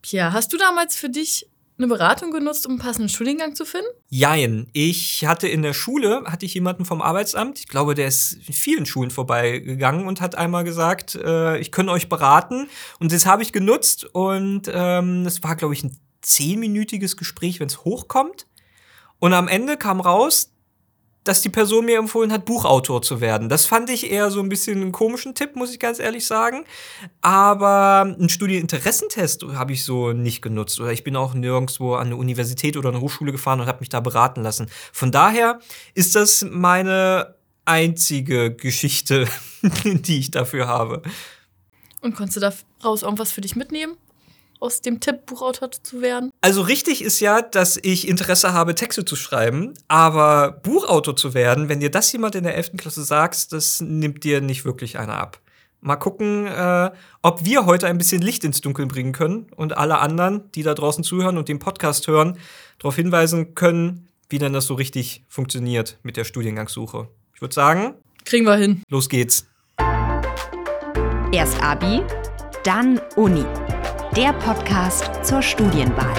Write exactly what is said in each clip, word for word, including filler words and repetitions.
Ja, hast du damals für dich eine Beratung genutzt, um einen passenden Studiengang zu finden? Jein. Ich hatte in der Schule, hatte ich jemanden vom Arbeitsamt, ich glaube, der ist in vielen Schulen vorbeigegangen und hat einmal gesagt, äh, ich kann euch beraten. Und das habe ich genutzt und ähm, das war, glaube ich, ein zehnminütiges Gespräch, wenn es hochkommt. Und am Ende kam raus, dass die Person mir empfohlen hat, Buchautor zu werden. Das fand ich eher so ein bisschen einen komischen Tipp, muss ich ganz ehrlich sagen. Aber einen Studieninteressentest habe ich so nicht genutzt. Oder ich bin auch nirgendwo an eine Universität oder eine Hochschule gefahren und habe mich da beraten lassen. Von daher ist das meine einzige Geschichte, die ich dafür habe. Und konntest du daraus irgendwas für dich mitnehmen? Aus dem Tipp, Buchautor zu werden? Also richtig ist ja, dass ich Interesse habe, Texte zu schreiben, aber Buchautor zu werden, wenn dir das jemand in der elften Klasse sagt, das nimmt dir nicht wirklich einer ab. Mal gucken, äh, ob wir heute ein bisschen Licht ins Dunkel bringen können und alle anderen, die da draußen zuhören und den Podcast hören, darauf hinweisen können, wie denn das so richtig funktioniert mit der Studiengangssuche. Ich würde sagen, kriegen wir hin. Los geht's. Erst Abi, dann Uni. Der Podcast zur Studienwahl.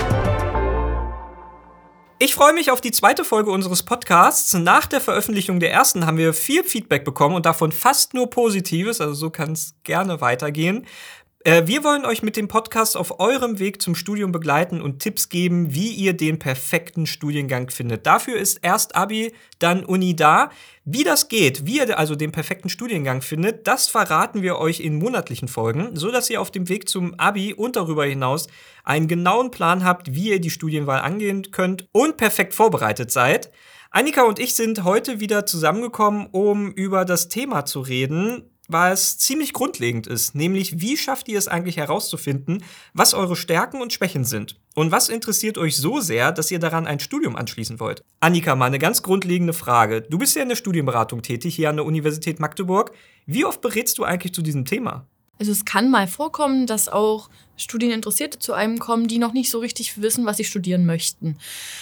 Ich freue mich auf die zweite Folge unseres Podcasts. Nach der Veröffentlichung der ersten haben wir viel Feedback bekommen und davon fast nur Positives, also so kann es gerne weitergehen. Äh, wir wollen euch mit dem Podcast auf eurem Weg zum Studium begleiten und Tipps geben, wie ihr den perfekten Studiengang findet. Dafür ist erst Abi, dann Uni da. Wie das geht, wie ihr also den perfekten Studiengang findet, das verraten wir euch in monatlichen Folgen, sodass ihr auf dem Weg zum Abi und darüber hinaus einen genauen Plan habt, wie ihr die Studienwahl angehen könnt und perfekt vorbereitet seid. Annika und ich sind heute wieder zusammengekommen, um über das Thema zu reden, was ziemlich grundlegend ist, nämlich wie schafft ihr es eigentlich herauszufinden, was eure Stärken und Schwächen sind? Und was interessiert euch so sehr, dass ihr daran ein Studium anschließen wollt? Annika, mal eine ganz grundlegende Frage. Du bist ja in der Studienberatung tätig, hier an der Universität Magdeburg. Wie oft berätst du eigentlich zu diesem Thema? Also es kann mal vorkommen, dass auch Studieninteressierte zu einem kommen, die noch nicht so richtig wissen, was sie studieren möchten.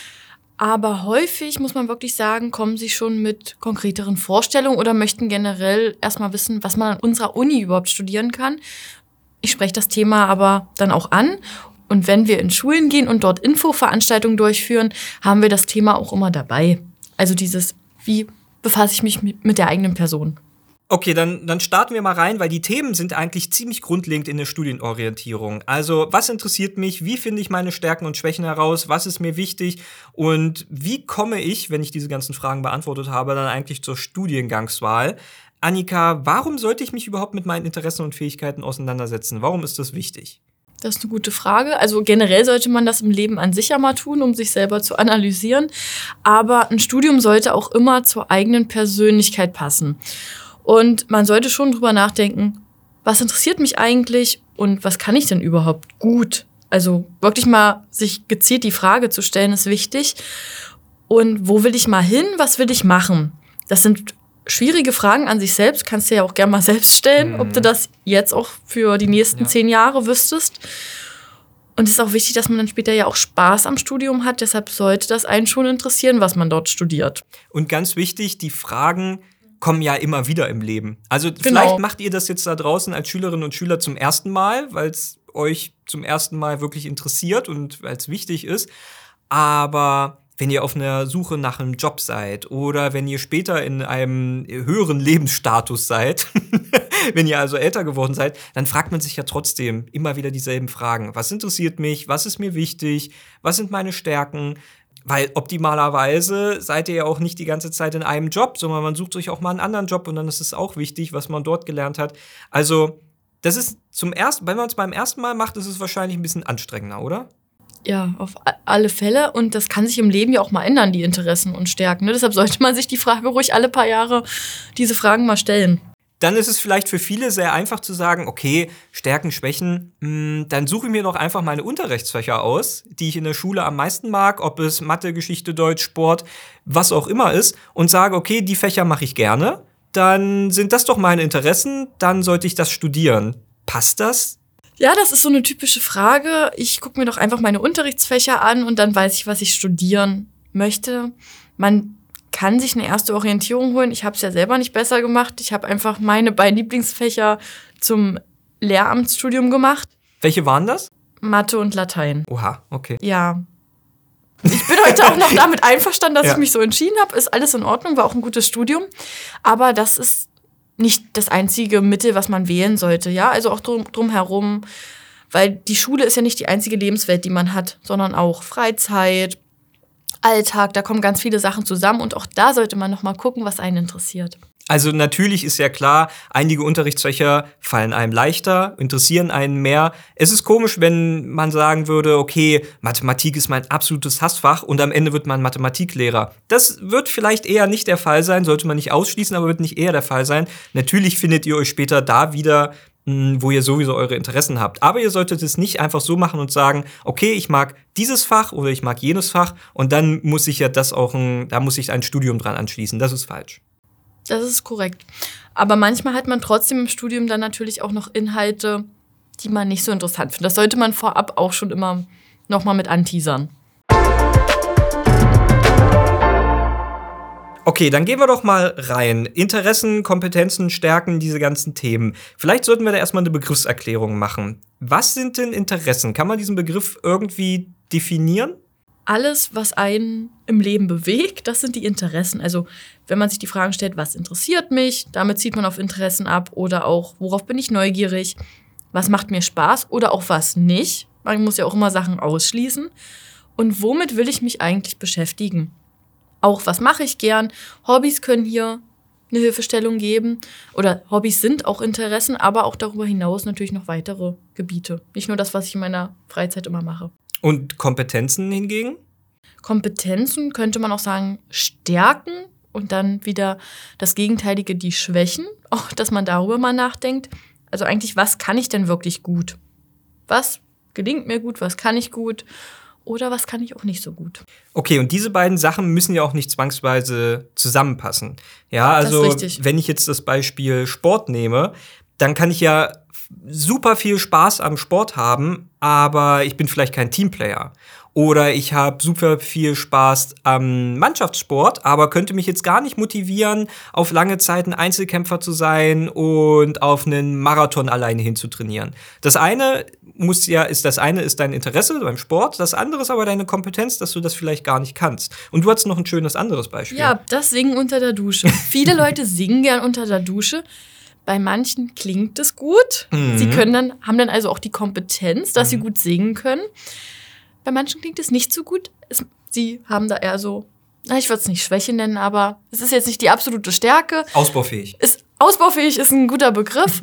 Aber häufig, muss man wirklich sagen, kommen sie schon mit konkreteren Vorstellungen oder möchten generell erstmal wissen, was man an unserer Uni überhaupt studieren kann. Ich spreche das Thema aber dann auch an. Und wenn wir in Schulen gehen und dort Infoveranstaltungen durchführen, haben wir das Thema auch immer dabei. Also dieses, wie befasse ich mich mit der eigenen Person? Okay, dann, dann starten wir mal rein, weil die Themen sind eigentlich ziemlich grundlegend in der Studienorientierung. Also, was interessiert mich? Wie finde ich meine Stärken und Schwächen heraus? Was ist mir wichtig? Und wie komme ich, wenn ich diese ganzen Fragen beantwortet habe, dann eigentlich zur Studiengangswahl? Annika, warum sollte ich mich überhaupt mit meinen Interessen und Fähigkeiten auseinandersetzen? Warum ist das wichtig? Das ist eine gute Frage. Also generell sollte man das im Leben an sich ja mal tun, um sich selber zu analysieren. Aber ein Studium sollte auch immer zur eigenen Persönlichkeit passen. Und man sollte schon drüber nachdenken, was interessiert mich eigentlich und was kann ich denn überhaupt gut? Also wirklich mal sich gezielt die Frage zu stellen, ist wichtig. Und wo will ich mal hin? Was will ich machen? Das sind schwierige Fragen an sich selbst. Kannst du ja auch gerne mal selbst stellen, mhm. ob du das jetzt auch für die nächsten ja. zehn Jahre wüsstest. Und es ist auch wichtig, dass man dann später ja auch Spaß am Studium hat. Deshalb sollte das einen schon interessieren, was man dort studiert. Und ganz wichtig, die Fragen kommen ja immer wieder im Leben. Also genau. Vielleicht macht ihr das jetzt da draußen als Schülerinnen und Schüler zum ersten Mal, weil es euch zum ersten Mal wirklich interessiert und weil es wichtig ist. Aber wenn ihr auf einer Suche nach einem Job seid oder wenn ihr später in einem höheren Lebensstatus seid, wenn ihr also älter geworden seid, dann fragt man sich ja trotzdem immer wieder dieselben Fragen. Was interessiert mich? Was ist mir wichtig? Was sind meine Stärken? Weil optimalerweise seid ihr ja auch nicht die ganze Zeit in einem Job, sondern man sucht sich auch mal einen anderen Job und dann ist es auch wichtig, was man dort gelernt hat. Also, das ist zum ersten, wenn man es beim ersten Mal macht, ist es wahrscheinlich ein bisschen anstrengender, oder? Ja, auf alle Fälle. Und das kann sich im Leben ja auch mal ändern, die Interessen und Stärken. Ne? Deshalb sollte man sich die Frage ruhig alle paar Jahre diese Fragen mal stellen. Dann ist es vielleicht für viele sehr einfach zu sagen, okay, Stärken, Schwächen, mh, dann suche ich mir doch einfach meine Unterrichtsfächer aus, die ich in der Schule am meisten mag, ob es Mathe, Geschichte, Deutsch, Sport, was auch immer ist, und sage, okay, die Fächer mache ich gerne, dann sind das doch meine Interessen, dann sollte ich das studieren. Passt das? Ja, das ist so eine typische Frage. Ich gucke mir doch einfach meine Unterrichtsfächer an und dann weiß ich, was ich studieren möchte. Man kann sich eine erste Orientierung holen. Ich habe es ja selber nicht besser gemacht. Ich habe einfach meine beiden Lieblingsfächer zum Lehramtsstudium gemacht. Welche waren das? Mathe und Latein. Oha, okay. Ja. Ich bin heute auch noch damit einverstanden, dass ja. ich mich so entschieden habe. Ist alles in Ordnung, war auch ein gutes Studium. Aber das ist nicht das einzige Mittel, was man wählen sollte. Ja, also auch drum, drumherum. Weil die Schule ist ja nicht die einzige Lebenswelt, die man hat, sondern auch Freizeit, Alltag. Da kommen ganz viele Sachen zusammen. Und auch da sollte man noch mal gucken, was einen interessiert. Also natürlich ist ja klar, einige Unterrichtsfächer fallen einem leichter, interessieren einen mehr. Es ist komisch, wenn man sagen würde, okay, Mathematik ist mein absolutes Hassfach und am Ende wird man Mathematiklehrer. Das wird vielleicht eher nicht der Fall sein, sollte man nicht ausschließen, aber wird nicht eher der Fall sein. Natürlich findet ihr euch später da wieder, wo ihr sowieso eure Interessen habt. Aber ihr solltet es nicht einfach so machen und sagen, okay, ich mag dieses Fach oder ich mag jenes Fach und dann muss ich ja das auch ein, da muss ich ein Studium dran anschließen. Das ist falsch. Das ist korrekt. Aber manchmal hat man trotzdem im Studium dann natürlich auch noch Inhalte, die man nicht so interessant findet. Das sollte man vorab auch schon immer noch mal mit anteasern. Okay, dann gehen wir doch mal rein. Interessen, Kompetenzen, Stärken, diese ganzen Themen. Vielleicht sollten wir da erstmal eine Begriffserklärung machen. Was sind denn Interessen? Kann man diesen Begriff irgendwie definieren? Alles, was einen im Leben bewegt, das sind die Interessen. Also wenn man sich die Fragen stellt, was interessiert mich, damit zieht man auf Interessen ab. Oder auch, worauf bin ich neugierig, was macht mir Spaß oder auch was nicht. Man muss ja auch immer Sachen ausschließen. Und womit will ich mich eigentlich beschäftigen? Auch, was mache ich gern? Hobbys können hier eine Hilfestellung geben. Oder Hobbys sind auch Interessen, aber auch darüber hinaus natürlich noch weitere Gebiete. Nicht nur das, was ich in meiner Freizeit immer mache. Und Kompetenzen hingegen? Kompetenzen könnte man auch sagen, Stärken und dann wieder das Gegenteilige, die Schwächen. Auch, dass man darüber mal nachdenkt. Also eigentlich, was kann ich denn wirklich gut? Was gelingt mir gut, was kann ich gut? Oder was kann ich auch nicht so gut? Okay, und diese beiden Sachen müssen ja auch nicht zwangsweise zusammenpassen. Ja, also Das ist richtig. Wenn ich jetzt das Beispiel Sport nehme, dann kann ich ja super viel Spaß am Sport haben, aber ich bin vielleicht kein Teamplayer. Oder ich habe super viel Spaß am Mannschaftssport, aber könnte mich jetzt gar nicht motivieren, auf lange Zeit ein Einzelkämpfer zu sein und auf einen Marathon alleine hinzutrainieren. Das eine muss ja, ist das eine ist dein Interesse beim Sport, das andere ist aber deine Kompetenz, dass du das vielleicht gar nicht kannst. Und du hast noch ein schönes anderes Beispiel. Ja, das Singen unter der Dusche. Viele Leute singen gern unter der Dusche. Bei manchen klingt es gut. Mhm. Sie können dann, haben dann also auch die Kompetenz, dass Mhm. sie gut singen können. Bei manchen klingt es nicht so gut. Es, sie haben da eher so, na, ich würde es nicht Schwäche nennen, aber es ist jetzt nicht die absolute Stärke. Ausbaufähig. Ist, ausbaufähig ist ein guter Begriff.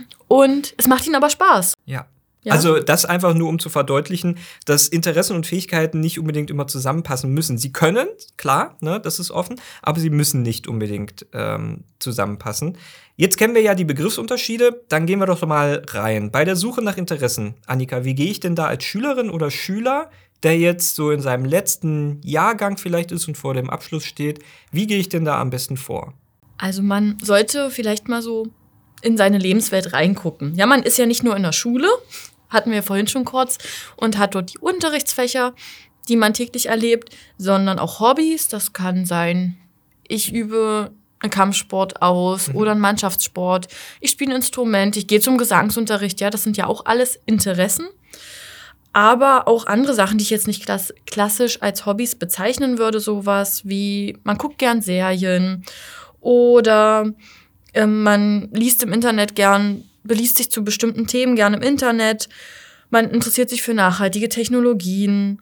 Und es macht ihnen aber Spaß. Ja. Ja? Also das einfach nur, um zu verdeutlichen, dass Interessen und Fähigkeiten nicht unbedingt immer zusammenpassen müssen. Sie können, klar, ne, das ist offen, aber sie müssen nicht unbedingt ähm, zusammenpassen. Jetzt kennen wir ja die Begriffsunterschiede, dann gehen wir doch mal rein. Bei der Suche nach Interessen, Annika, wie gehe ich denn da als Schülerin oder Schüler, der jetzt so in seinem letzten Jahrgang vielleicht ist und vor dem Abschluss steht, wie gehe ich denn da am besten vor? Also man sollte vielleicht mal so in seine Lebenswelt reingucken. Ja, man ist ja nicht nur in der Schule, hatten wir vorhin schon kurz, und hat dort die Unterrichtsfächer, die man täglich erlebt, sondern auch Hobbys. Das kann sein, ich übe einen Kampfsport aus mhm. oder einen Mannschaftssport. Ich spiele ein Instrument, ich gehe zum Gesangsunterricht. Ja, das sind ja auch alles Interessen. Aber auch andere Sachen, die ich jetzt nicht klass- klassisch als Hobbys bezeichnen würde. Sowas wie, man guckt gern Serien oder äh, man liest im Internet gern, beliest sich zu bestimmten Themen gern im Internet. Man interessiert sich für nachhaltige Technologien.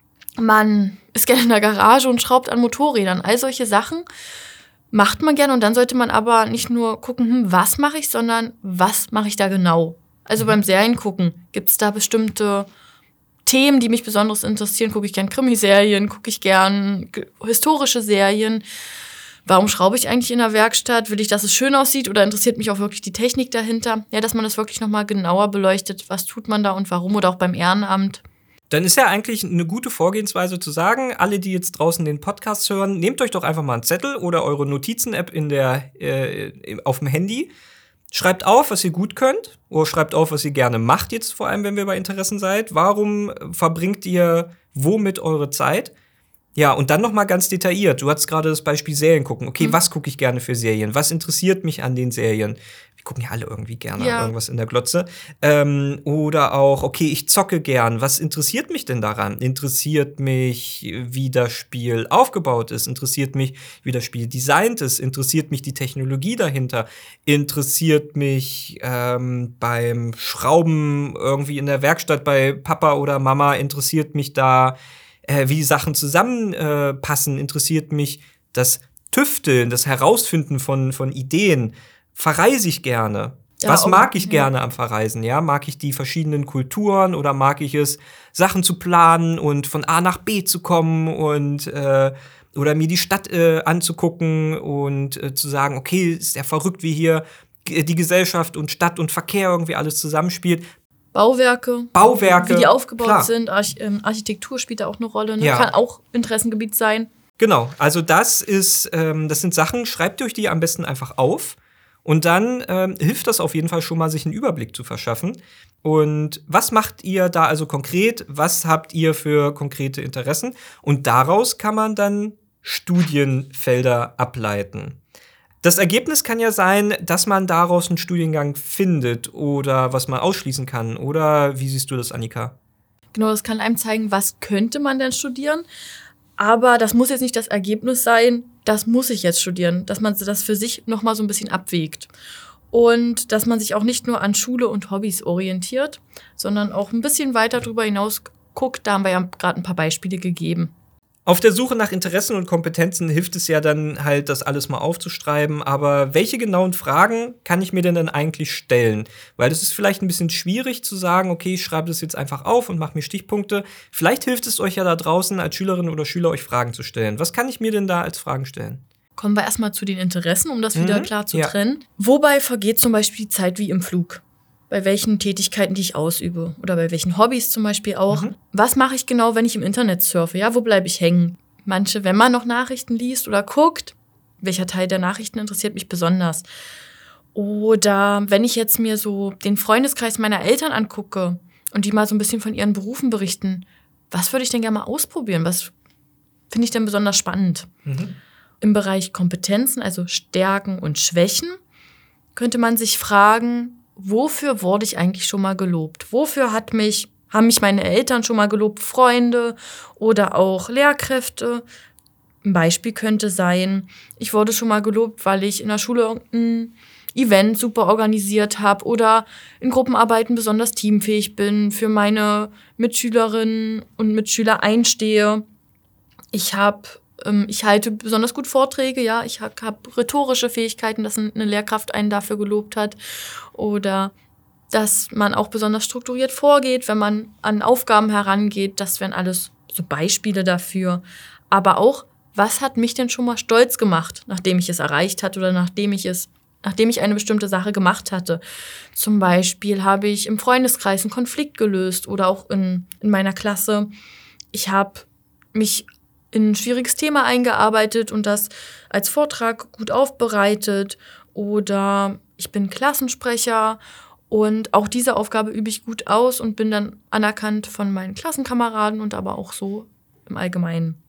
Man ist gerne in der Garage und schraubt an Motorrädern. All solche Sachen macht man gerne. Und dann sollte man aber nicht nur gucken, hm, was mache ich, sondern was mache ich da genau. Also mhm. beim Seriengucken gibt es da bestimmte Themen, die mich besonders interessieren. Gucke ich gern Krimiserien, gucke ich gern g- historische Serien. Warum schraube ich eigentlich in der Werkstatt? Will ich, dass es schön aussieht oder interessiert mich auch wirklich die Technik dahinter? Ja, dass man das wirklich nochmal genauer beleuchtet. Was tut man da und warum? Oder auch beim Ehrenamt. Dann ist ja eigentlich eine gute Vorgehensweise zu sagen, alle, die jetzt draußen den Podcast hören, nehmt euch doch einfach mal einen Zettel oder eure Notizen-App in der, äh, auf dem Handy. Schreibt auf, was ihr gut könnt, oder schreibt auf, was ihr gerne macht, jetzt vor allem, wenn wir bei Interessen seid. Warum verbringt ihr womit eure Zeit? Ja, und dann noch mal ganz detailliert. Du hattest gerade das Beispiel Serien gucken. Okay, mhm. was gucke ich gerne für Serien? Was interessiert mich an den Serien? gucken ja alle irgendwie gerne Ja. irgendwas in der Glotze. Ähm, oder auch, okay, ich zocke gern. Was interessiert mich denn daran? Interessiert mich, wie das Spiel aufgebaut ist? Interessiert mich, wie das Spiel designt ist? Interessiert mich die Technologie dahinter? Interessiert mich ähm, beim Schrauben irgendwie in der Werkstatt bei Papa oder Mama? Interessiert mich da, äh, wie Sachen zusammenpassen? Äh, passen? Interessiert mich das Tüfteln, das Herausfinden von, von Ideen? Verreise ich gerne? Ja, Was auch, mag ich ja. gerne am Verreisen? Ja, mag ich die verschiedenen Kulturen oder mag ich es, Sachen zu planen und von A nach B zu kommen und äh, oder mir die Stadt äh, anzugucken und äh, zu sagen, okay, ist ja verrückt, wie hier g- die Gesellschaft und Stadt und Verkehr irgendwie alles zusammenspielt. Bauwerke, Bauwerke, wie die aufgebaut klar. sind. Arch ähm, Architektur spielt da auch eine Rolle. Ne? Ja. Kann auch Interessengebiet sein. Genau, also das ist, ähm, das sind Sachen, schreibt euch die am besten einfach auf und dann ähm, hilft das auf jeden Fall schon mal, sich einen Überblick zu verschaffen. Und was macht ihr da also konkret? Was habt ihr für konkrete Interessen? Und daraus kann man dann Studienfelder ableiten. Das Ergebnis kann ja sein, dass man daraus einen Studiengang findet oder was man ausschließen kann. Oder wie siehst du das, Annika? Genau, das kann einem zeigen, was könnte man denn studieren. Aber das muss jetzt nicht das Ergebnis sein, das muss ich jetzt studieren, dass man das für sich noch mal so ein bisschen abwägt. Und dass man sich auch nicht nur an Schule und Hobbys orientiert, sondern auch ein bisschen weiter darüber hinaus guckt. Da haben wir ja gerade ein paar Beispiele gegeben. Auf der Suche nach Interessen und Kompetenzen hilft es ja dann halt, das alles mal aufzuschreiben. Aber welche genauen Fragen kann ich mir denn dann eigentlich stellen? Weil das ist vielleicht ein bisschen schwierig zu sagen, okay, ich schreibe das jetzt einfach auf und mache mir Stichpunkte. Vielleicht hilft es euch ja da draußen als Schülerin oder Schüler, euch Fragen zu stellen. Was kann ich mir denn da als Fragen stellen? Kommen wir erstmal zu den Interessen, um das Mhm, wieder klar zu ja. trennen. Wobei vergeht zum Beispiel die Zeit wie im Flug? Bei welchen Tätigkeiten, die ich ausübe? Oder bei welchen Hobbys zum Beispiel auch? Mhm. Was mache ich genau, wenn ich im Internet surfe? Ja, wo bleibe ich hängen? Manche, wenn man noch Nachrichten liest oder guckt, welcher Teil der Nachrichten interessiert mich besonders? Oder wenn ich jetzt mir so den Freundeskreis meiner Eltern angucke und die mal so ein bisschen von ihren Berufen berichten, was würde ich denn gerne mal ausprobieren? Was finde ich denn besonders spannend? Mhm. Im Bereich Kompetenzen, also Stärken und Schwächen, könnte man sich fragen, wofür wurde ich eigentlich schon mal gelobt? Wofür hat mich, haben mich meine Eltern schon mal gelobt, Freunde oder auch Lehrkräfte? Ein Beispiel könnte sein, ich wurde schon mal gelobt, weil ich in der Schule irgendein Event super organisiert habe oder in Gruppenarbeiten besonders teamfähig bin, für meine Mitschülerinnen und Mitschüler einstehe. Ich habe Ich halte besonders gut Vorträge, ja. Ich habe hab rhetorische Fähigkeiten, dass eine Lehrkraft einen dafür gelobt hat. Oder dass man auch besonders strukturiert vorgeht, wenn man an Aufgaben herangeht. Das wären alles so Beispiele dafür. Aber auch, was hat mich denn schon mal stolz gemacht, nachdem ich es erreicht hatte oder nachdem ich es, nachdem ich eine bestimmte Sache gemacht hatte. Zum Beispiel habe ich im Freundeskreis einen Konflikt gelöst oder auch in, in meiner Klasse. Ich habe mich in ein schwieriges Thema eingearbeitet und das als Vortrag gut aufbereitet. Oder ich bin Klassensprecher und auch diese Aufgabe übe ich gut aus und bin dann anerkannt von meinen Klassenkameraden und aber auch so im Allgemeinen.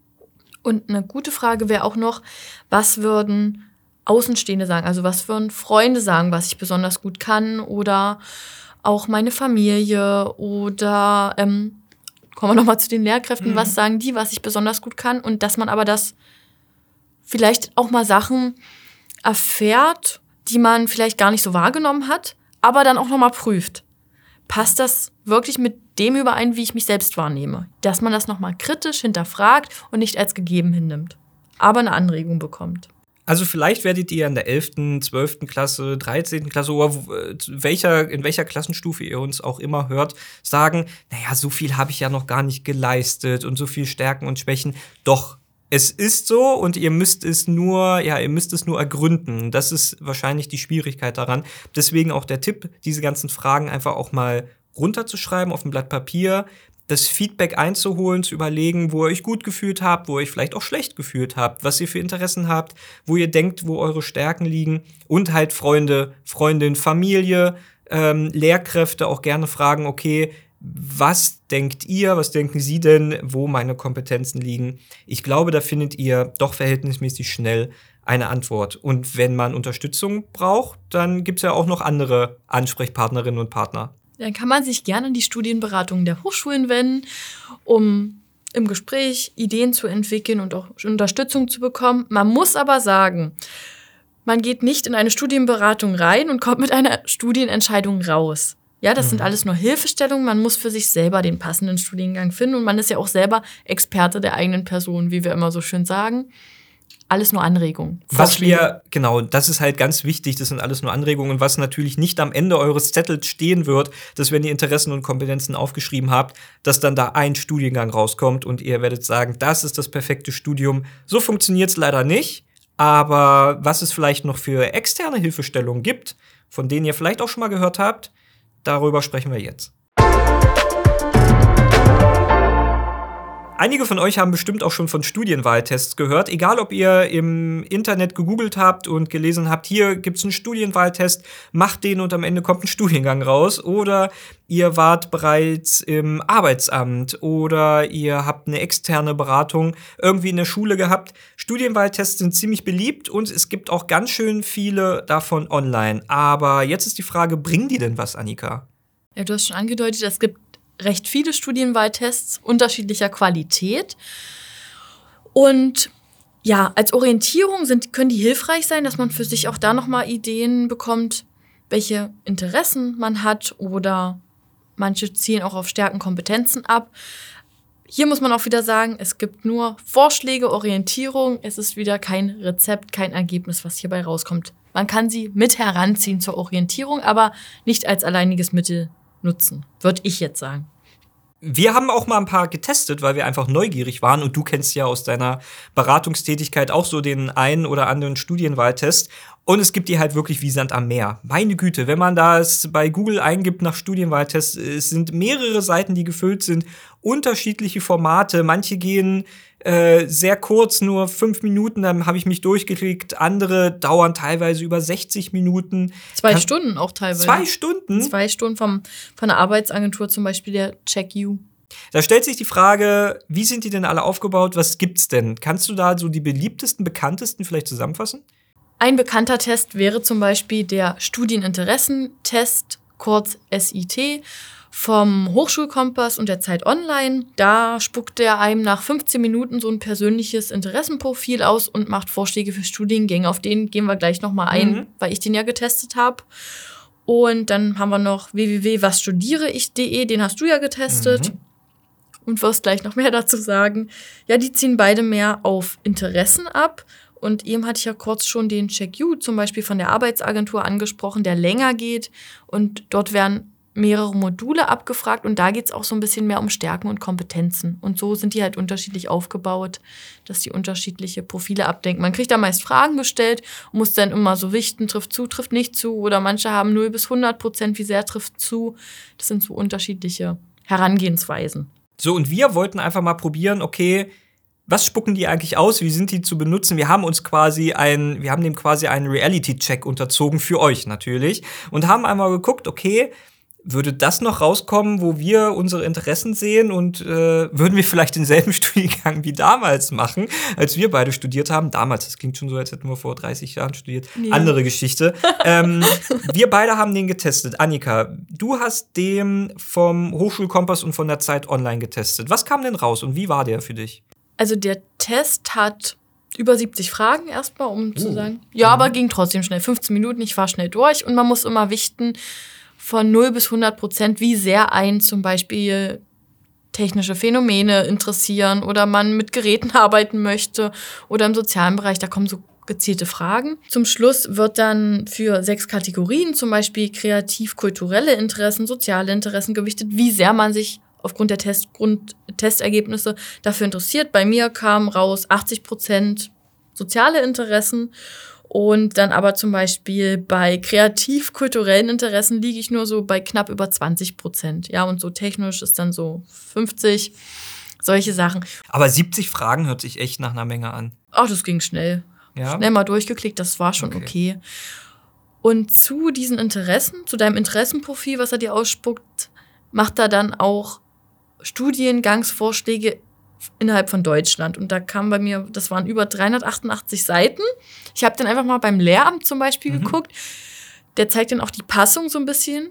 Und eine gute Frage wäre auch noch, was würden Außenstehende sagen? Also was würden Freunde sagen, was ich besonders gut kann? Oder auch meine Familie oder ähm, kommen wir nochmal zu den Lehrkräften, Mhm. was sagen die, was ich besonders gut kann und dass man aber das vielleicht auch mal Sachen erfährt, die man vielleicht gar nicht so wahrgenommen hat, aber dann auch nochmal prüft. Passt das wirklich mit dem überein, wie ich mich selbst wahrnehme? Dass man das nochmal kritisch hinterfragt und nicht als gegeben hinnimmt, aber eine Anregung bekommt. Also vielleicht werdet ihr in der elften, zwölften Klasse, dreizehnten Klasse oder wo- äh, welcher, in welcher Klassenstufe ihr uns auch immer hört, sagen, naja, so viel habe ich ja noch gar nicht geleistet und so viel Stärken und Schwächen. Doch, es ist so und ihr müsst es nur, ja, ihr müsst es nur ergründen. Das ist wahrscheinlich die Schwierigkeit daran. Deswegen auch der Tipp, diese ganzen Fragen einfach auch mal runterzuschreiben auf ein Blatt Papier, das Feedback einzuholen, zu überlegen, wo ihr euch gut gefühlt habt, wo ihr euch vielleicht auch schlecht gefühlt habt, was ihr für Interessen habt, wo ihr denkt, wo eure Stärken liegen und halt Freunde, Freundin, Familie, ähm, Lehrkräfte auch gerne fragen, okay, was denkt ihr, was denken Sie denn, wo meine Kompetenzen liegen? Ich glaube, da findet ihr doch verhältnismäßig schnell eine Antwort. Und wenn man Unterstützung braucht, dann gibt es ja auch noch andere Ansprechpartnerinnen und Partner. Dann kann man sich gerne an die Studienberatung der Hochschulen wenden, um im Gespräch Ideen zu entwickeln und auch Unterstützung zu bekommen. Man muss aber sagen, man geht nicht in eine Studienberatung rein und kommt mit einer Studienentscheidung raus. Ja, das mhm. sind alles nur Hilfestellungen. Man muss für sich selber den passenden Studiengang finden. Und man ist ja auch selber Experte der eigenen Person, wie wir immer so schön sagen. Alles nur Anregungen. Was wir, genau, das ist halt ganz wichtig, das sind alles nur Anregungen. Und was natürlich nicht am Ende eures Zettels stehen wird, dass wenn ihr Interessen und Kompetenzen aufgeschrieben habt, dass dann da ein Studiengang rauskommt und ihr werdet sagen, das ist das perfekte Studium. So funktioniert es leider nicht. Aber was es vielleicht noch für externe Hilfestellungen gibt, von denen ihr vielleicht auch schon mal gehört habt, darüber sprechen wir jetzt. Einige von euch haben bestimmt auch schon von Studienwahltests gehört. Egal, ob ihr im Internet gegoogelt habt und gelesen habt, hier gibt's einen Studienwahltest, macht den und am Ende kommt ein Studiengang raus. Oder ihr wart bereits im Arbeitsamt oder ihr habt eine externe Beratung irgendwie in der Schule gehabt. Studienwahltests sind ziemlich beliebt und es gibt auch ganz schön viele davon online. Aber jetzt ist die Frage, bringen die denn was, Annika? Ja, du hast schon angedeutet, es gibt recht viele Studienwahltests unterschiedlicher Qualität. Und ja, als Orientierung sind, können die hilfreich sein, dass man für sich auch da nochmal Ideen bekommt, welche Interessen man hat oder manche zielen auch auf Stärken, Kompetenzen ab. Hier muss man auch wieder sagen, es gibt nur Vorschläge, Orientierung. Es ist wieder kein Rezept, kein Ergebnis, was hierbei rauskommt. Man kann sie mit heranziehen zur Orientierung, aber nicht als alleiniges Mittel nutzen, würde ich jetzt sagen. Wir haben auch mal ein paar getestet, weil wir einfach neugierig waren. Und du kennst ja aus deiner Beratungstätigkeit auch so den einen oder anderen Studienwahltest. Und es gibt die halt wirklich wie Sand am Meer. Meine Güte, wenn man das bei Google eingibt nach Studienwahltest, es sind mehrere Seiten, die gefüllt sind, unterschiedliche Formate. Manche gehen äh, sehr kurz, nur fünf Minuten, dann habe ich mich durchgeklickt. Andere dauern teilweise über sechzig Minuten. Zwei Kann Stunden auch teilweise. Zwei Stunden? Zwei Stunden vom, von der Arbeitsagentur, zum Beispiel der CheckU. Da stellt sich die Frage, wie sind die denn alle aufgebaut? Was gibt's denn? Kannst du da so die beliebtesten, bekanntesten vielleicht zusammenfassen? Ein bekannter Test wäre zum Beispiel der Studieninteressentest, kurz S I T, vom Hochschulkompass und der Zeit Online. Da spuckt er einem nach fünfzehn Minuten so ein persönliches Interessenprofil aus und macht Vorschläge für Studiengänge. Auf den gehen wir gleich nochmal ein, mhm. weil ich den ja getestet habe. Und dann haben wir noch w w w punkt was studiere ich punkt de, den hast du ja getestet. Mhm. Und wirst gleich noch mehr dazu sagen. Ja, die ziehen beide mehr auf Interessen ab. Und eben hatte ich ja kurz schon den CheckU zum Beispiel von der Arbeitsagentur angesprochen, der länger geht. Und dort werden mehrere Module abgefragt. Und da geht es auch so ein bisschen mehr um Stärken und Kompetenzen. Und so sind die halt unterschiedlich aufgebaut, dass die unterschiedliche Profile abdenken. Man kriegt da meist Fragen gestellt und muss dann immer so wichten, trifft zu, trifft nicht zu. Oder manche haben null bis hundert Prozent, wie sehr trifft zu. Das sind so unterschiedliche Herangehensweisen. So, und wir wollten einfach mal probieren, okay, was spucken die eigentlich aus? Wie sind die zu benutzen? Wir haben uns quasi ein, wir haben dem quasi einen Reality-Check unterzogen, für euch natürlich. Und haben einmal geguckt, okay, würde das noch rauskommen, wo wir unsere Interessen sehen? Und äh, würden wir vielleicht denselben Studiengang wie damals machen, als wir beide studiert haben? Damals, das klingt schon so, als hätten wir vor dreißig Jahren studiert. Ja. Andere Geschichte. ähm, wir beide haben den getestet. Annika, du hast den vom Hochschulkompass und von der Zeit Online getestet. Was kam denn raus und wie war der für dich? Also der Test hat über siebzig Fragen erstmal, um uh. zu sagen. Ja, aber ging trotzdem schnell. fünfzehn Minuten, ich war schnell durch. Und man muss immer wichten von null bis hundert Prozent, wie sehr einen zum Beispiel technische Phänomene interessieren oder man mit Geräten arbeiten möchte oder im sozialen Bereich. Da kommen so gezielte Fragen. Zum Schluss wird dann für sechs Kategorien, zum Beispiel kreativ-kulturelle Interessen, soziale Interessen gewichtet, wie sehr man sich aufgrund der Test, Grund, Testergebnisse dafür interessiert. Bei mir kamen raus achtzig Prozent soziale Interessen und dann aber zum Beispiel bei kreativ-kulturellen Interessen liege ich nur so bei knapp über zwanzig Prozent. Ja, und so technisch ist dann so fünfzig, solche Sachen. Aber siebzig Fragen hört sich echt nach einer Menge an. Ach, das ging schnell. Ja? Schnell mal durchgeklickt, das war schon okay. okay. Und zu diesen Interessen, zu deinem Interessenprofil, was er dir ausspuckt, macht er dann auch Studiengangsvorschläge innerhalb von Deutschland. Und da kam bei mir, das waren über dreihundertachtundachtzig Seiten. Ich habe dann einfach mal beim Lehramt zum Beispiel mhm. geguckt. Der zeigt dann auch die Passung so ein bisschen.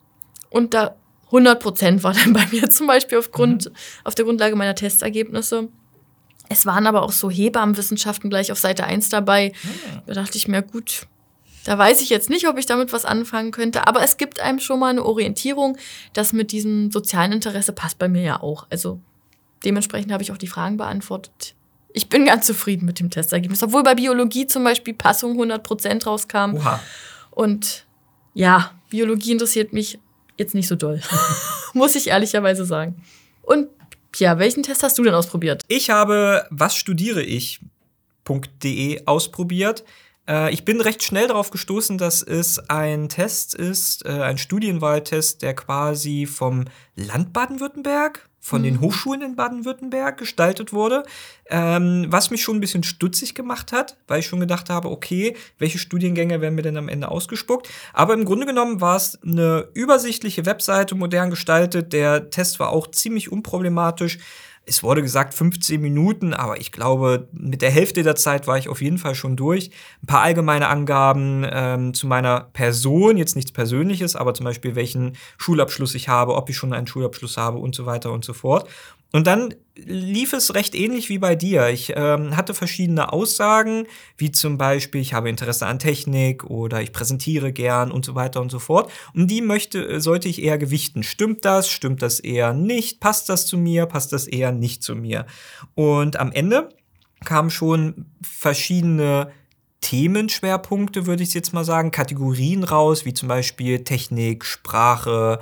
Und da hundert Prozent war dann bei mir zum Beispiel aufgrund, mhm. auf der Grundlage meiner Testergebnisse. Es waren aber auch so Hebammenwissenschaften gleich auf Seite eins dabei. Mhm. Da dachte ich mir, gut, da weiß ich jetzt nicht, ob ich damit was anfangen könnte. Aber es gibt einem schon mal eine Orientierung. Das mit diesem sozialen Interesse passt bei mir ja auch. Also dementsprechend habe ich auch die Fragen beantwortet. Ich bin ganz zufrieden mit dem Testergebnis. Obwohl bei Biologie zum Beispiel Passung hundert Prozent rauskam. Oha. Und ja, Biologie interessiert mich jetzt nicht so doll. Muss ich ehrlicherweise sagen. Und ja, welchen Test hast du denn ausprobiert? Ich habe was studiere ich punkt de ausprobiert. Äh, ich bin recht schnell darauf gestoßen, dass es ein Test ist, äh, ein Studienwahltest, der quasi vom Land Baden-Württemberg, von mhm. den Hochschulen in Baden-Württemberg gestaltet wurde, ähm, was mich schon ein bisschen stutzig gemacht hat, weil ich schon gedacht habe, okay, welche Studiengänge werden mir denn am Ende ausgespuckt? Aber im Grunde genommen war es eine übersichtliche Webseite, modern gestaltet. Der Test war auch ziemlich unproblematisch. Es wurde gesagt fünfzehn Minuten, aber ich glaube, mit der Hälfte der Zeit war ich auf jeden Fall schon durch. Ein paar allgemeine Angaben ähm, zu meiner Person, jetzt nichts Persönliches, aber zum Beispiel, welchen Schulabschluss ich habe, ob ich schon einen Schulabschluss habe und so weiter und so fort. Und dann lief es recht ähnlich wie bei dir. Ich ähm, hatte verschiedene Aussagen, wie zum Beispiel, ich habe Interesse an Technik oder ich präsentiere gern und so weiter und so fort. Und die möchte, sollte ich eher gewichten. Stimmt das? Stimmt das eher nicht? Passt das zu mir? Passt das eher nicht zu mir? Und am Ende kamen schon verschiedene Themenschwerpunkte, würde ich jetzt mal sagen, Kategorien raus, wie zum Beispiel Technik, Sprache,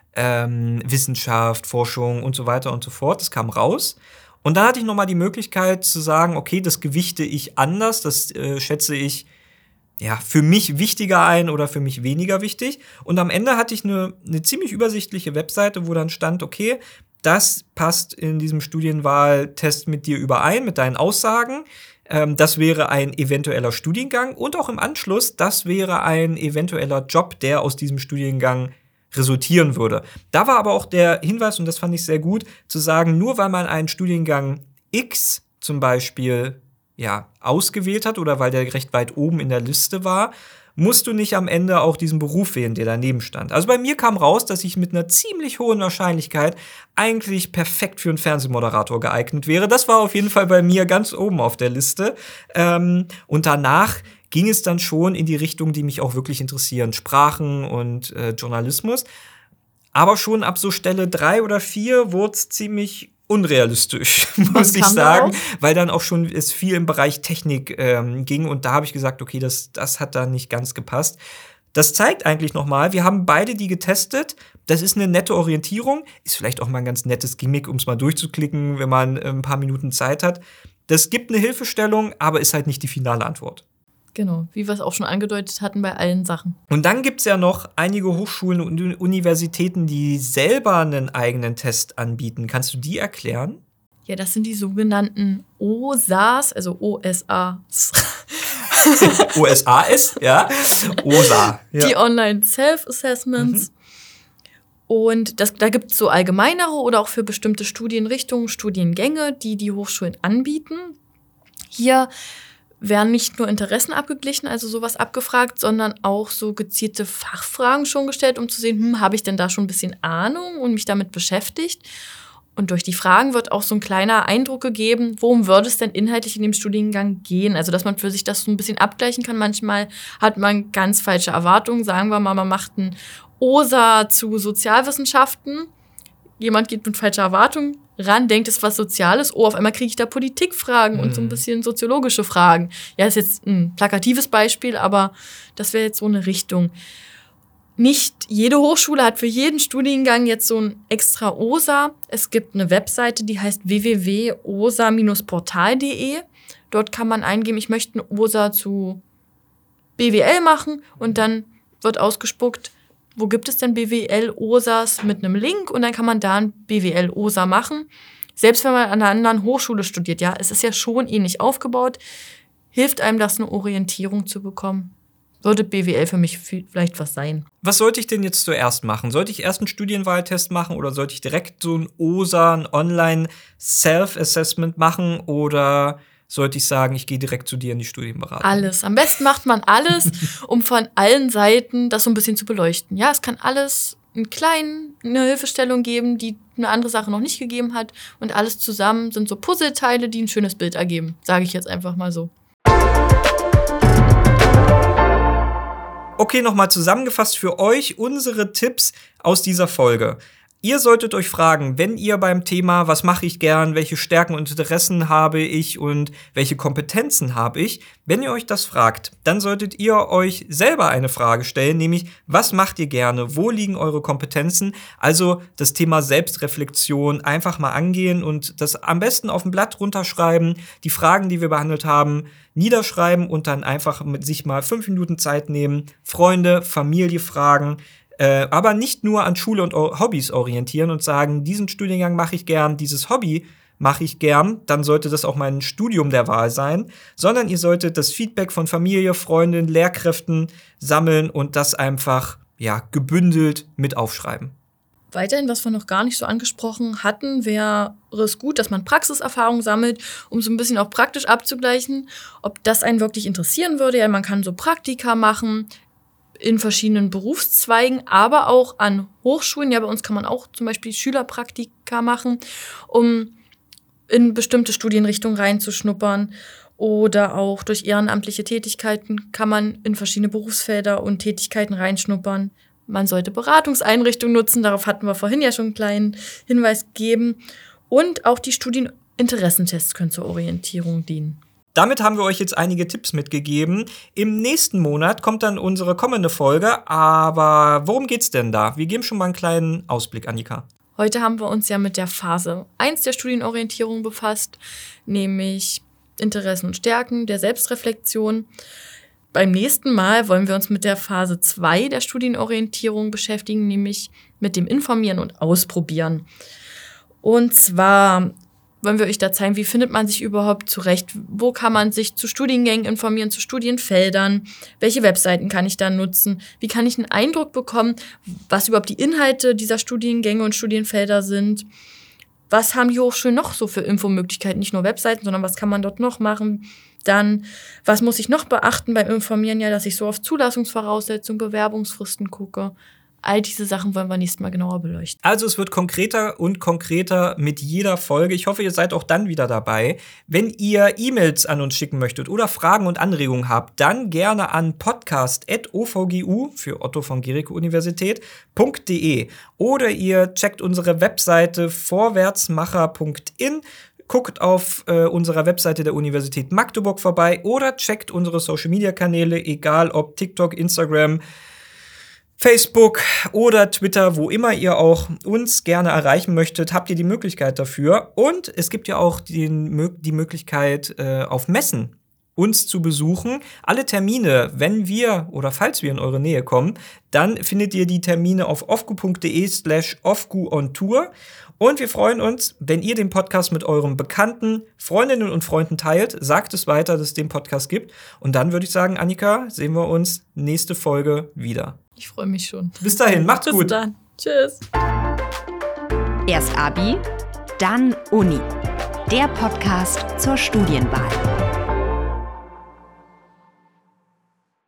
Ähm, Wissenschaft, Forschung und so weiter und so fort. Das kam raus. Und dann hatte ich noch mal die Möglichkeit zu sagen, okay, das gewichte ich anders, das äh, schätze ich ja für mich wichtiger ein oder für mich weniger wichtig. Und am Ende hatte ich eine, eine ziemlich übersichtliche Webseite, wo dann stand, okay, das passt in diesem Studienwahltest mit dir überein, mit deinen Aussagen. Ähm, das wäre ein eventueller Studiengang. Und auch im Anschluss, das wäre ein eventueller Job, der aus diesem Studiengang resultieren würde. Da war aber auch der Hinweis, und das fand ich sehr gut, zu sagen, nur weil man einen Studiengang X zum Beispiel ja, ausgewählt hat oder weil der recht weit oben in der Liste war, musst du nicht am Ende auch diesen Beruf wählen, der daneben stand. Also bei mir kam raus, dass ich mit einer ziemlich hohen Wahrscheinlichkeit eigentlich perfekt für einen Fernsehmoderator geeignet wäre. Das war auf jeden Fall bei mir ganz oben auf der Liste. Ähm, und danach ging es dann schon in die Richtung, die mich auch wirklich interessieren, Sprachen und äh, Journalismus. Aber schon ab so Stelle drei oder vier wurde es ziemlich unrealistisch, muss ich sagen, weil dann auch schon es viel im Bereich Technik ähm, ging und da habe ich gesagt, okay, das, das hat da nicht ganz gepasst. Das zeigt eigentlich nochmal, wir haben beide die getestet. Das ist eine nette Orientierung, ist vielleicht auch mal ein ganz nettes Gimmick, um es mal durchzuklicken, wenn man äh, ein paar Minuten Zeit hat. Das gibt eine Hilfestellung, aber ist halt nicht die finale Antwort. Genau, wie wir es auch schon angedeutet hatten bei allen Sachen. Und dann gibt es ja noch einige Hochschulen und Universitäten, die selber einen eigenen Test anbieten. Kannst du die erklären? Ja, das sind die sogenannten O S A S, also O S A S. O S A S, ja. O S A. Ja. Die Online Self-Assessments. Mhm. Und das, da gibt es so allgemeinere oder auch für bestimmte Studienrichtungen, Studiengänge, die die Hochschulen anbieten. Hier werden nicht nur Interessen abgeglichen, also sowas abgefragt, sondern auch so gezielte Fachfragen schon gestellt, um zu sehen, hm, habe ich denn da schon ein bisschen Ahnung und mich damit beschäftigt? Und durch die Fragen wird auch so ein kleiner Eindruck gegeben, worum würde es denn inhaltlich in dem Studiengang gehen? Also, dass man für sich das so ein bisschen abgleichen kann. Manchmal hat man ganz falsche Erwartungen. Sagen wir mal, man macht ein O S A zu Sozialwissenschaften. Jemand geht mit falscher Erwartung ran, denkt, es ist was Soziales. Oh, auf einmal kriege ich da Politikfragen mhm. und so ein bisschen soziologische Fragen. Ja, ist jetzt ein plakatives Beispiel, aber das wäre jetzt so eine Richtung. Nicht jede Hochschule hat für jeden Studiengang jetzt so ein extra O S A. Es gibt eine Webseite, die heißt w w w punkt o s a Bindestrich portal punkt de. Dort kann man eingeben, ich möchte ein O S A zu B W L machen und dann wird ausgespuckt, wo gibt es denn B W L-O S As mit einem Link und dann kann man da ein B W L-O S A machen. Selbst wenn man an einer anderen Hochschule studiert, ja, es ist ja schon ähnlich aufgebaut, hilft einem das, eine Orientierung zu bekommen. würde B W L für mich vielleicht was sein. Was sollte ich denn jetzt zuerst machen? Sollte ich erst einen Studienwahltest machen oder sollte ich direkt so ein O S A, ein Online-Self-Assessment machen oder sollte ich sagen, ich gehe direkt zu dir in die Studienberatung? Alles. Am besten macht man alles, um von allen Seiten das so ein bisschen zu beleuchten. Ja, es kann alles einen kleinen, eine Hilfestellung geben, die eine andere Sache noch nicht gegeben hat. Und alles zusammen sind so Puzzleteile, die ein schönes Bild ergeben. Sage ich jetzt einfach mal so. Okay, nochmal zusammengefasst für euch unsere Tipps aus dieser Folge. Ihr solltet euch fragen, wenn ihr beim Thema, was mache ich gern, welche Stärken und Interessen habe ich und welche Kompetenzen habe ich, wenn ihr euch das fragt, dann solltet ihr euch selber eine Frage stellen, nämlich, was macht ihr gerne, wo liegen eure Kompetenzen? Also das Thema Selbstreflexion einfach mal angehen und das am besten auf ein Blatt runterschreiben, die Fragen, die wir behandelt haben, niederschreiben und dann einfach mit sich mal fünf Minuten Zeit nehmen, Freunde, Familie fragen, Äh, aber nicht nur an Schule und o- Hobbys orientieren und sagen, diesen Studiengang mache ich gern, dieses Hobby mache ich gern, dann sollte das auch mein Studium der Wahl sein, sondern ihr solltet das Feedback von Familie, Freunden, Lehrkräften sammeln und das einfach, ja, gebündelt mit aufschreiben. Weiterhin, was wir noch gar nicht so angesprochen hatten, wäre es gut, dass man Praxiserfahrung sammelt, um so ein bisschen auch praktisch abzugleichen, ob das einen wirklich interessieren würde. Ja, man kann so Praktika machen in verschiedenen Berufszweigen, aber auch an Hochschulen. Ja, bei uns kann man auch zum Beispiel Schülerpraktika machen, um in bestimmte Studienrichtungen reinzuschnuppern. Oder auch durch ehrenamtliche Tätigkeiten kann man in verschiedene Berufsfelder und Tätigkeiten reinschnuppern. Man sollte Beratungseinrichtungen nutzen, darauf hatten wir vorhin ja schon einen kleinen Hinweis gegeben. Und auch die Studieninteressentests können zur Orientierung dienen. Damit haben wir euch jetzt einige Tipps mitgegeben. Im nächsten Monat kommt dann unsere kommende Folge. Aber worum geht's denn da? Wir geben schon mal einen kleinen Ausblick, Annika. Heute haben wir uns ja mit der Phase eins der Studienorientierung befasst, nämlich Interessen und Stärken der Selbstreflexion. Beim nächsten Mal wollen wir uns mit der Phase zwei der Studienorientierung beschäftigen, nämlich mit dem Informieren und Ausprobieren. Und zwar wollen wir euch da zeigen, wie findet man sich überhaupt zurecht, wo kann man sich zu Studiengängen informieren, zu Studienfeldern, welche Webseiten kann ich da nutzen, wie kann ich einen Eindruck bekommen, was überhaupt die Inhalte dieser Studiengänge und Studienfelder sind, was haben die Hochschulen noch so für Infomöglichkeiten, nicht nur Webseiten, sondern was kann man dort noch machen, dann, was muss ich noch beachten beim Informieren, ja, dass ich so auf Zulassungsvoraussetzungen, Bewerbungsfristen gucke. All diese Sachen wollen wir nächstes Mal genauer beleuchten. Also es wird konkreter und konkreter mit jeder Folge. Ich hoffe, ihr seid auch dann wieder dabei. Wenn ihr E-Mails an uns schicken möchtet oder Fragen und Anregungen habt, dann gerne an podcast at o v g u für Otto von Guericke Universität punkt de oder ihr checkt unsere Webseite vorwärtsmacher punkt in. Guckt auf äh, unserer Webseite der Universität Magdeburg vorbei oder checkt unsere Social-Media-Kanäle, egal ob TikTok, Instagram, Facebook oder Twitter, wo immer ihr auch uns gerne erreichen möchtet, habt ihr die Möglichkeit dafür. Und es gibt ja auch den, die Möglichkeit, äh, auf Messen uns zu besuchen. Alle Termine, wenn wir oder falls wir in eure Nähe kommen, dann findet ihr die Termine auf ofgu punkt de slash ofgu on tour. Und wir freuen uns, wenn ihr den Podcast mit euren Bekannten, Freundinnen und Freunden teilt. Sagt es weiter, dass es den Podcast gibt. Und dann würde ich sagen, Annika, sehen wir uns nächste Folge wieder. Ich freue mich schon. Bis dahin, macht's Bis gut. Bis dann. Tschüss. Erst Abi, dann Uni. Der Podcast zur Studienwahl.